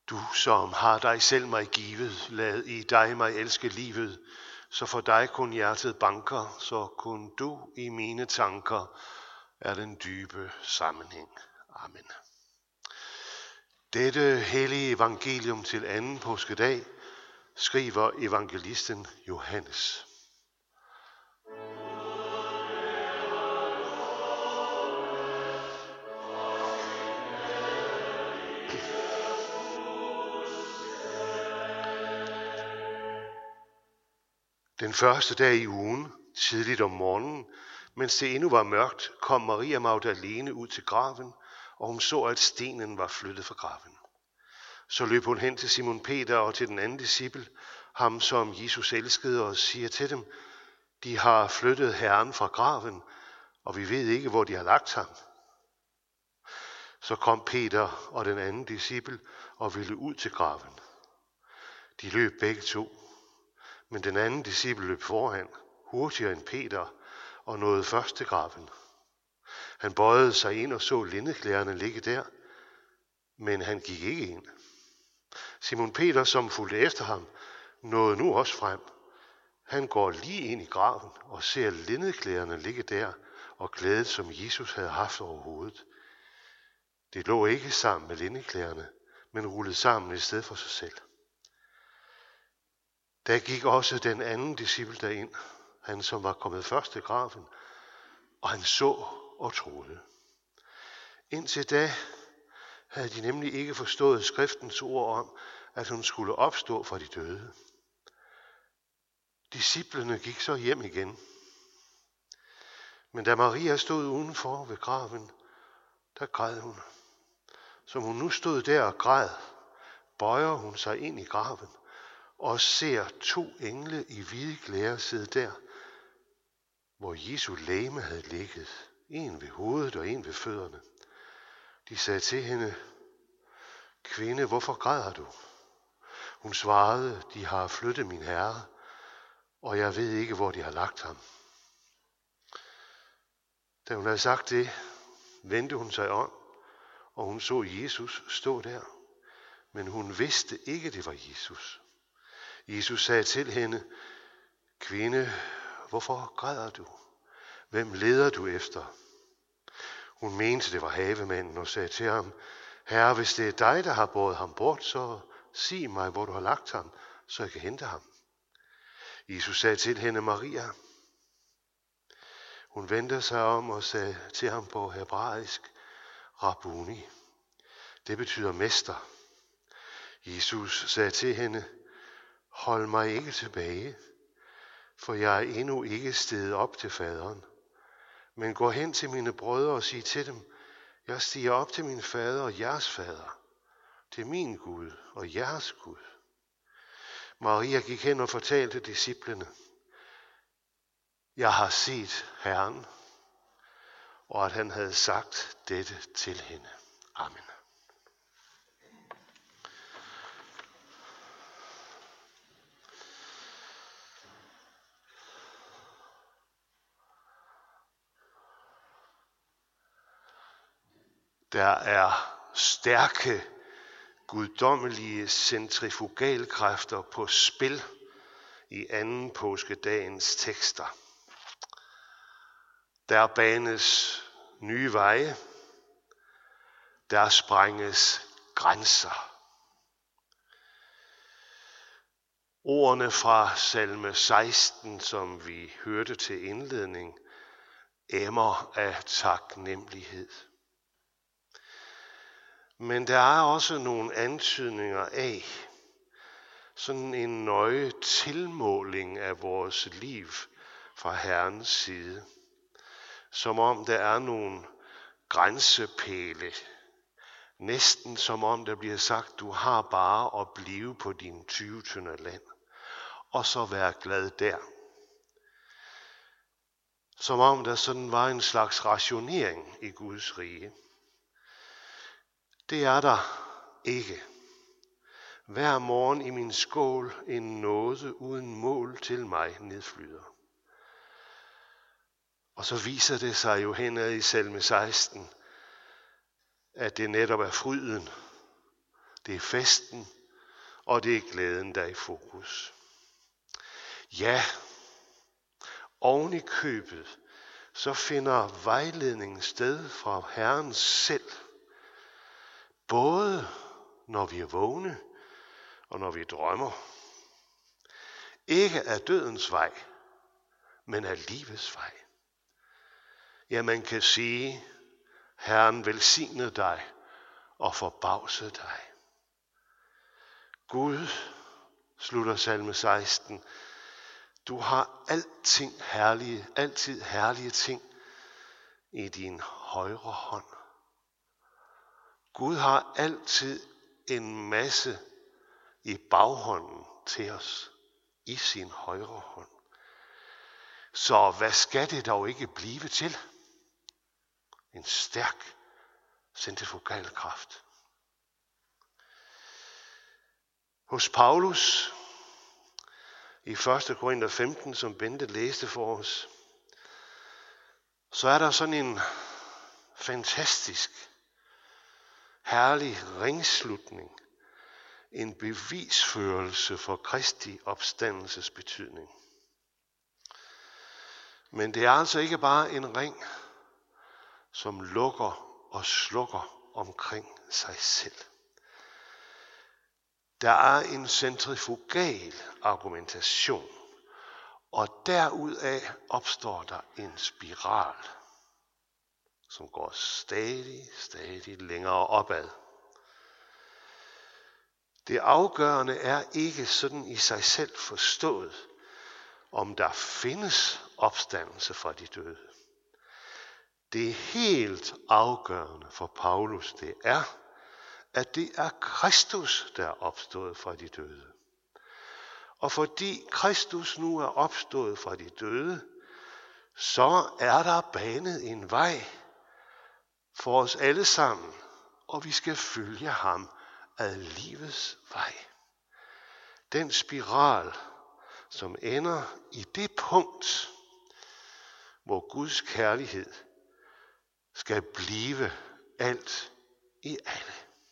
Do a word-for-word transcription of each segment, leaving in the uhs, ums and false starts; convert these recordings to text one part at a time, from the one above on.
Du, som har dig selv mig givet, lad i dig mig elske livet, så for dig kun hjertet banker, så kun du i mine tanker er den dybe sammenhæng. Amen. Dette hellige evangelium til anden påskedag skriver evangelisten Johannes. Den første dag i ugen, tidligt om morgenen, mens det endnu var mørkt, kom Maria Magdalene ud til graven, og hun så, at stenen var flyttet fra graven. Så løb hun hen til Simon Peter og til den anden disciple, ham som Jesus elskede, og siger til dem, de har flyttet Herren fra graven, og vi ved ikke, hvor de har lagt ham. Så kom Peter og den anden disciple og ville ud til graven. De løb begge to. Men den anden disciple løb foran, hurtigere end Peter, og nåede først til graven. Han bøjede sig ind og så lindeklæderne ligge der, men han gik ikke ind. Simon Peter, som fulgte efter ham, nåede nu også frem. Han går lige ind i graven og ser lindeklæderne ligge der, og klædet, som Jesus havde haft over hovedet. Det lå ikke sammen med lindeklæderne, men rullede sammen i stedet for sig selv. Der gik også den anden disciple derind, han som var kommet først til graven, og han så og troede. Indtil da havde de nemlig ikke forstået skriftens ord om, at hun skulle opstå fra de døde. Disciplene gik så hjem igen. Men da Maria stod udenfor ved graven, der græd hun. Som hun nu stod der og græd, bøjer hun sig ind i graven og ser to engle i hvide klæder sidde der, hvor Jesu legeme havde ligget, en ved hovedet og en ved fødderne. De sagde til hende, kvinde, hvorfor græder du? Hun svarede, de har flyttet min herre, og jeg ved ikke, hvor de har lagt ham. Da hun havde sagt det, vendte hun sig om, og hun så Jesus stå der, men hun vidste ikke, det var Jesus. Jesus sagde til hende, kvinde, hvorfor græder du? Hvem leder du efter? Hun mente, det var havemanden, og sagde til ham, herre, hvis det er dig, der har båret ham bort, så sig mig, hvor du har lagt ham, så jeg kan hente ham. Jesus sagde til hende, Maria. Hun vendte sig om og sagde til ham på hebraisk, Rabbuni. Det betyder mester. Jesus sagde til hende, hold mig ikke tilbage, for jeg er endnu ikke steget op til faderen. Men gå hen til mine brødre og sig til dem, jeg stiger op til min fader og jeres fader, til min Gud og jeres Gud. Maria gik hen og fortalte disciplene, jeg har set Herren, og at han havde sagt dette til hende. Amen. Der er stærke, guddommelige centrifugalkræfter på spil i anden påskedagens tekster. Der banes nye veje, der sprænges grænser. Ordene fra salme seksten, som vi hørte til indledning, emmer af taknemmelighed. Men der er også nogle antydninger af sådan en nøje tilmåling af vores liv fra Herrens side. Som om der er nogle grænsepæle. Næsten som om der bliver sagt, du har bare at blive på din tyve tønder land. Og så være glad der. Som om der sådan var en slags rationering i Guds rige. Det er der ikke. Hver morgen i min skål en nåde uden mål til mig nedflyder. Og så viser det sig jo henad i salme seksten, at det netop er fryden, Det er festen, og det er glæden, der er i fokus. Ja, oven i købet, så finder vejledningen sted fra Herren selv. Både når vi er vågne, og når vi drømmer. Ikke af dødens vej, men af livets vej. Ja, man kan sige, Herren velsignede dig og forbavsede dig. Gud, slutter salme seksten, du har alting herlige, altid herlige ting i din højre hånd. Gud har altid en masse i baghånden til os i sin højre hånd. Så hvad skal det dog ikke blive til? En stærk centrifugalkraft. Hos Paulus i første Korinther femten, som Bente læste for os, så er der sådan en fantastisk, herlig ringslutning. En bevisførelse for Kristi opstandelses betydning. Men det er altså ikke bare en ring, som lukker og slukker omkring sig selv. Der er en centrifugal argumentation, og derudaf opstår der en spiral, som går stadig, stadig længere opad. Det afgørende er ikke sådan i sig selv forstået, om der findes opstandelse fra de døde. Det helt afgørende for Paulus, det er, at det er Kristus, der er opstået fra de døde. Og fordi Kristus nu er opstået fra de døde, så er der banet en vej for os alle sammen, og vi skal følge ham ad livets vej. Den spiral, som ender i det punkt, hvor Guds kærlighed skal blive alt i alle.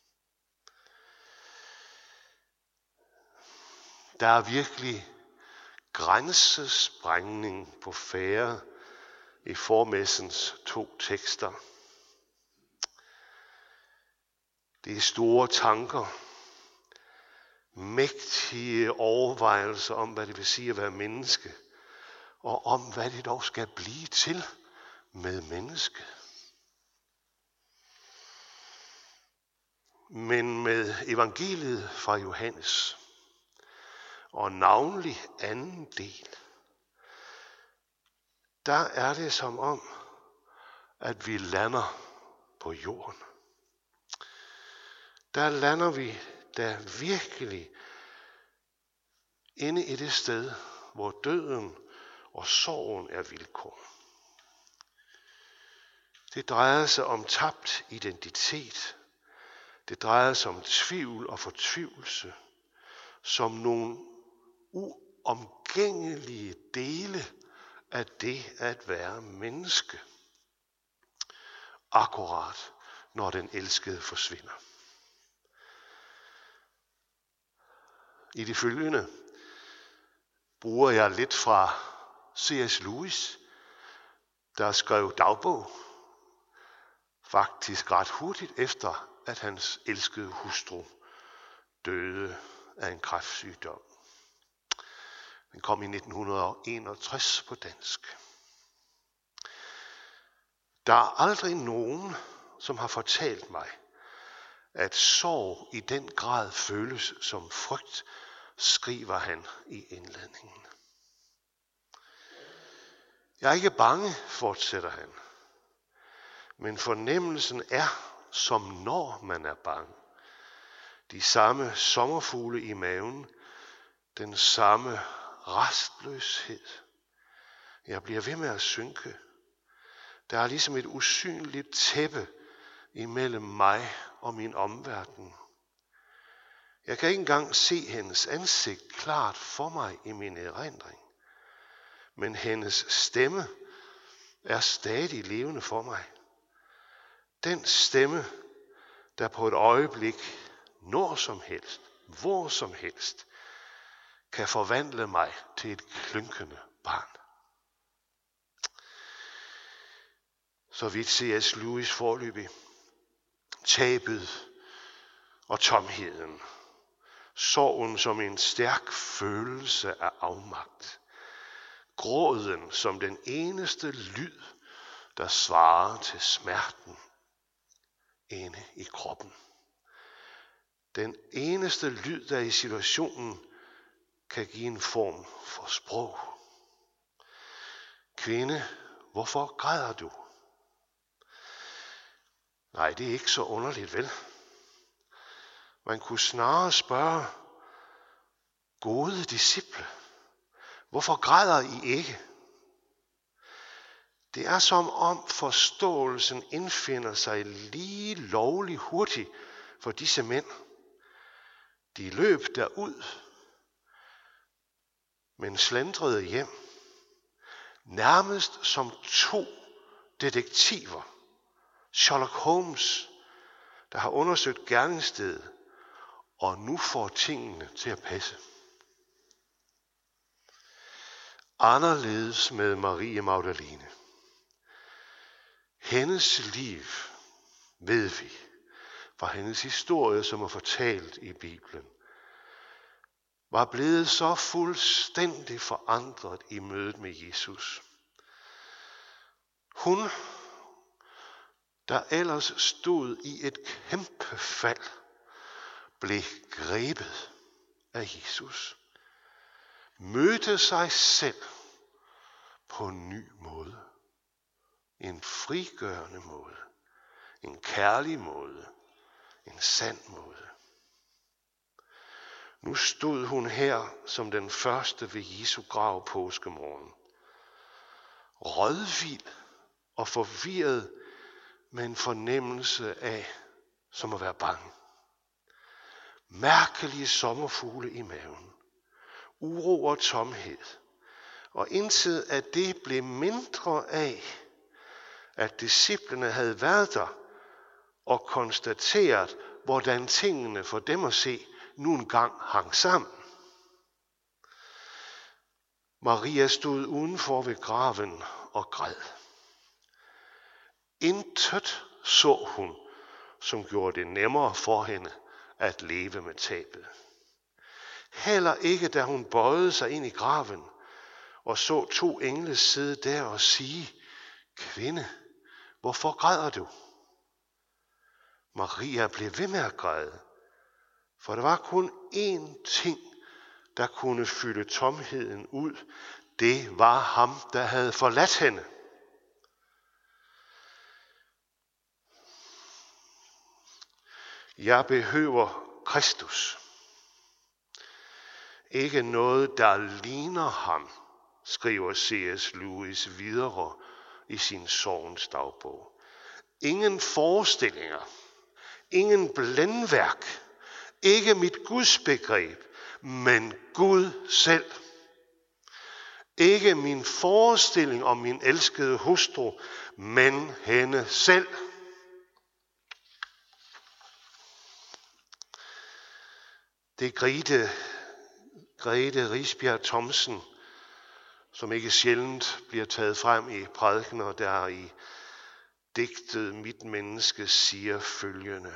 Der er virkelig grænsesprængning på færde i formessens to tekster. Det er store tanker, mægtige overvejelser om, hvad det vil sige at være menneske, og om, hvad det dog skal blive til med mennesket. Men med evangeliet fra Johannes, og navnlig anden del, der er det som om, at vi lander på jorden. Der lander vi der virkelig inde i det sted, hvor døden og sorgen er vilkår. Det drejer sig om tabt identitet. Det drejer sig om tvivl og fortvivlelse, som nogle uomgængelige dele af det at være menneske. Akkurat når den elskede forsvinder. I det følgende bruger jeg lidt fra C S Lewis, der skrev dagbog, faktisk ret hurtigt efter, at hans elskede hustru døde af en kræftsygdom. Den kom i nitten enogtres på dansk. Der er aldrig nogen, som har fortalt mig, at sorg i den grad føles som frygt, skriver han i indledningen. Jeg er ikke bange, fortsætter han, men fornemmelsen er, som når man er bange. De samme sommerfugle i maven, den samme rastløshed. Jeg bliver ved med at synke. Der er ligesom et usynligt tæppe imellem mig og min omverden. Jeg kan ikke engang se hendes ansigt klart for mig i min erindring. Men hendes stemme er stadig levende for mig. Den stemme, der på et øjeblik når som helst, hvor som helst, kan forvandle mig til et klynkende barn. Så vidt C S Lewis forløbig. Tabet og tomheden. Sorgen som en stærk følelse af afmagt. Gråden som den eneste lyd, der svarer til smerten inde i kroppen. Den eneste lyd, der i situationen kan give en form for sprog. Kvinde, hvorfor græder du? Nej, det er ikke så underligt, vel? Man kunne snarere spørge, gode disciple, hvorfor græder I ikke? Det er som om forståelsen indfinder sig lige lovlig hurtigt for disse mænd. De løb derud, men slendrede hjem, nærmest som to detektiver. Sherlock Holmes, der har undersøgt gerningsstedet, og nu får tingene til at passe. Anderledes med Maria Magdalene. Hendes liv, ved vi, fra hendes historie, som er fortalt i Bibelen, var blevet så fuldstændig forandret i mødet med Jesus. Hun, der ellers stod i et kæmpe fald, blev grebet af Jesus. Mødte sig selv på en ny måde. En frigørende måde. En kærlig måde. En sand måde. Nu stod hun her som den første ved Jesu grav påskemorgen. Rådvild og forvirret med en fornemmelse af som at være bange. Mærkelige sommerfugle i maven. Uro og tomhed. Og indtil at det blev mindre af, at disciplene havde været der og konstateret, hvordan tingene for dem at se nu engang hang sammen. Maria stod udenfor ved graven og græd. Intet så hun, som gjorde det nemmere for hende at leve med tabet. Heller ikke, da hun bøjede sig ind i graven og så to engle sidde der og sige, kvinde, hvorfor græder du? Maria blev ved med at græde, for der var kun én ting, der kunne fylde tomheden ud. Det var ham, der havde forladt hende. Jeg behøver Kristus. Ikke noget, der ligner ham, skriver C S Lewis videre i sin sorgens dagbog. Ingen forestillinger, ingen blændværk, ikke mit gudsbegreb, men Gud selv. Ikke min forestilling om min elskede hustru, men hende selv. Det Grete, Grete Risbjerg Thomsen, som ikke sjældent bliver taget frem i prædikener, der i digtet Mit menneske siger følgende.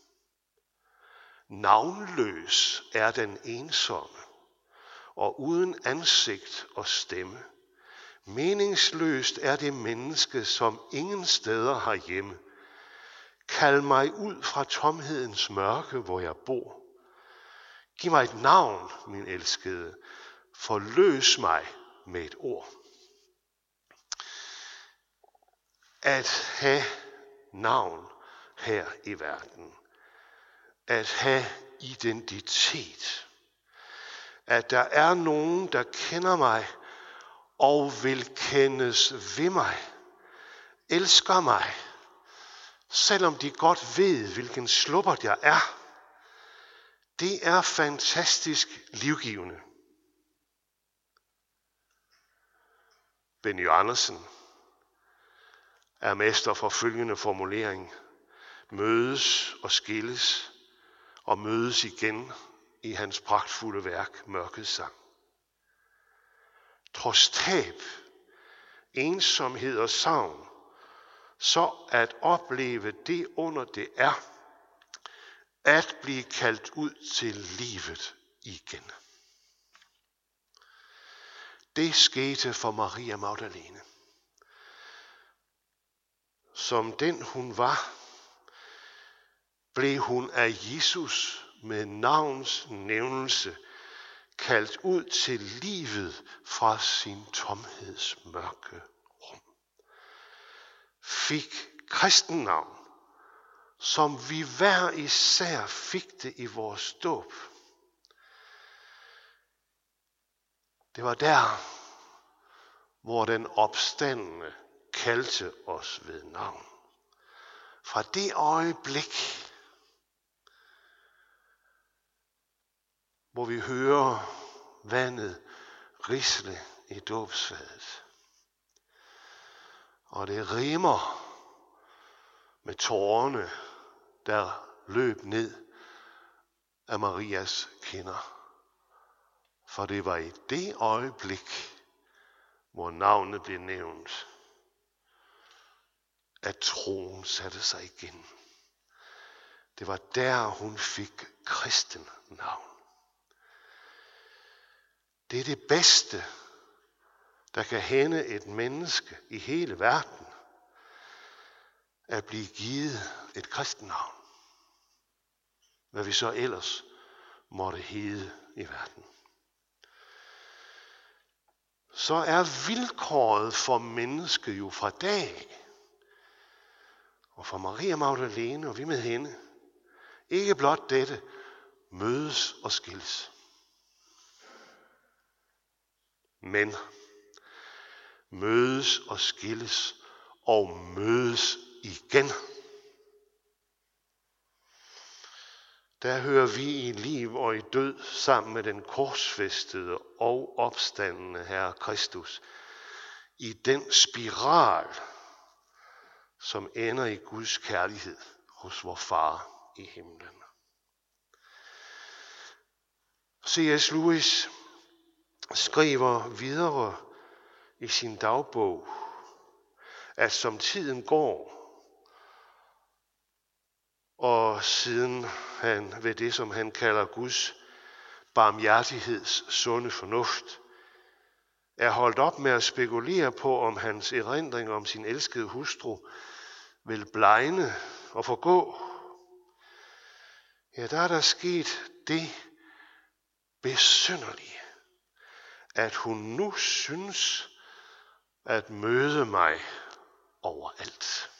Navnløs er den ensomme, og uden ansigt og stemme. Meningsløst er det menneske, som ingen steder har hjemme. Kald mig ud fra tomhedens mørke, hvor jeg bor. Giv mig et navn, min elskede. Forløs mig med et ord. At have navn her i verden. At have identitet. At der er nogen, der kender mig og vil kendes ved mig. Elsker mig. Selvom de godt ved, hvilken sluppert jeg er. Det er fantastisk livgivende. Benny Andersen er mester for følgende formulering. Mødes og skilles, og mødes igen i hans pragtfulde værk, Mørkets sang. Trods tab, ensomhed og savn, så at opleve det under det er, at blive kaldt ud til livet igen. Det skete for Maria Magdalene. Som den hun var, blev hun af Jesus med navns nævnelse kaldt ud til livet fra sin tomhedsmørke rum. Fik kristennavn, som vi hver især fik det i vores dåb. Det var der, hvor den opstandne kaldte os ved navn. Fra det øjeblik, hvor vi hører vandet risle i dåbsfadet, og det rimer med tårerne, der løb ned af Marias kinder. For det var i det øjeblik, hvor navnet blev nævnt, at troen satte sig igen. Det var der, hun fik kristen navn. Det er det bedste, der kan hænde et menneske i hele verden, at blive givet et kristennavn. Hvad vi så ellers måtte hedde i verden. Så er vilkåret for mennesket jo fra dag, og for Maria Magdalene og vi med hende, ikke blot dette, mødes og skilles. Men mødes og skilles og mødes igen. Der hører vi i liv og i død sammen med den korsfæstede og opstandende Herre Kristus i den spiral, som ender i Guds kærlighed hos vor Far i himlen. C S Lewis skriver videre i sin dagbog, at som tiden går, og siden han ved det, som han kalder Guds barmhjertigheds sunde fornuft, er holdt op med at spekulere på, om hans erindring om sin elskede hustru vil blegne og forgå, ja, der er der sket det besynderlige, at hun nu synes at møde mig overalt.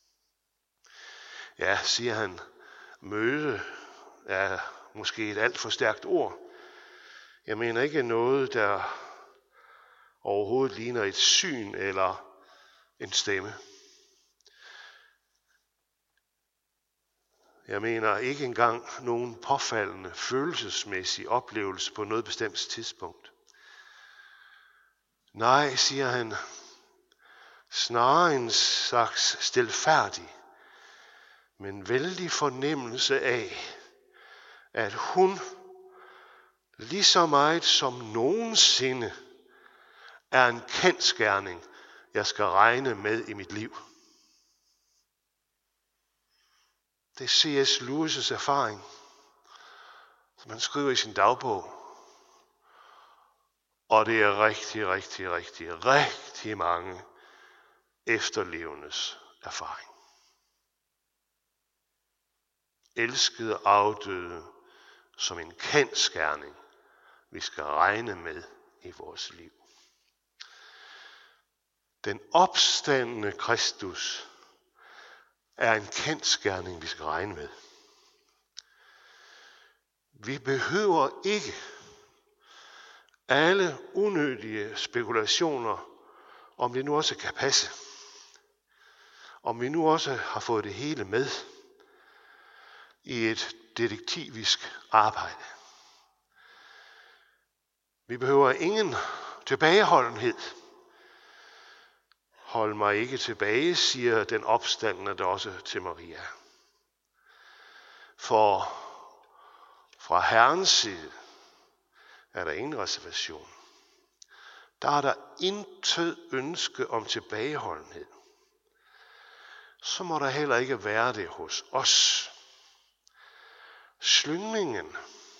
Ja, siger han, møde er måske et alt for stærkt ord. Jeg mener ikke noget, der overhovedet ligner et syn eller en stemme. Jeg mener ikke engang nogen påfaldende følelsesmæssig oplevelse på noget bestemt tidspunkt. Nej, siger han, snarere en slags stilfærdig, men vældig fornemmelse af, at hun lige så meget som nogensinde er en kendsgerning, jeg skal regne med i mit liv. Det er C S Lewis' erfaring, som han skriver i sin dagbog. Og det er rigtig, rigtig, rigtig, rigtig mange efterlevendes erfaring. Elskede afdøde som en kendsgerning, vi skal regne med i vores liv. Den opstandne Kristus er en kendsgerning, vi skal regne med. Vi behøver ikke alle unødige spekulationer, om det nu også kan passe. Om vi nu også har fået det hele med i et detektivisk arbejde. Vi behøver ingen tilbageholdenhed. Hold mig ikke tilbage, siger den opstandne der også til Maria. For Fra Herrens side er der ingen reservation. Der er der intet ønske om tilbageholdenhed. Så må der heller ikke være det hos os. Slyngningen,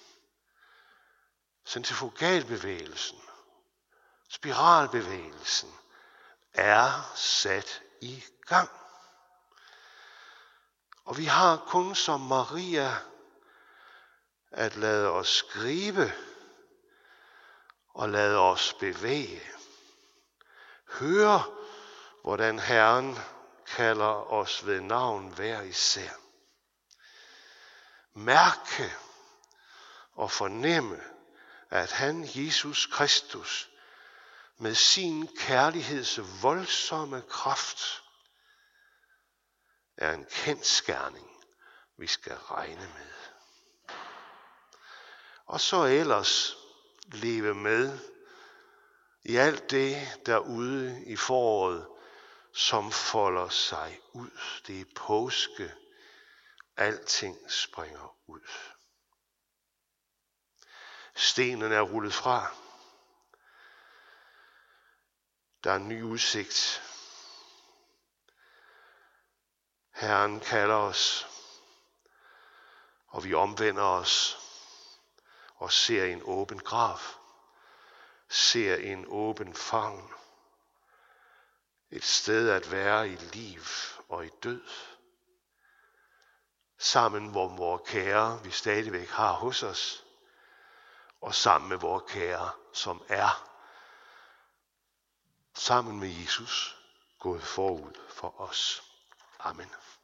centrifugalbevægelsen, spiralbevægelsen er sat i gang. Og vi har kun som Maria at lade os gribe og lade os bevæge. Høre, hvordan Herren kalder os ved navn hver især. Mærke og fornemme, at han, Jesus Kristus, med sin kærligheds voldsomme kraft, er en kendsgerning, vi skal regne med. Og så ellers leve med i alt det derude i foråret, som folder sig ud. Det er påske. Alting springer ud. Stenen er rullet fra. Der er en ny udsigt. Herren kalder os, og vi omvender os og ser en åben grav, ser en åben favn, et sted at være i liv og i død, sammen med vores kære, vi stadigvæk har hos os, og sammen med vores kære, som er sammen med Jesus gået forud for os. Amen.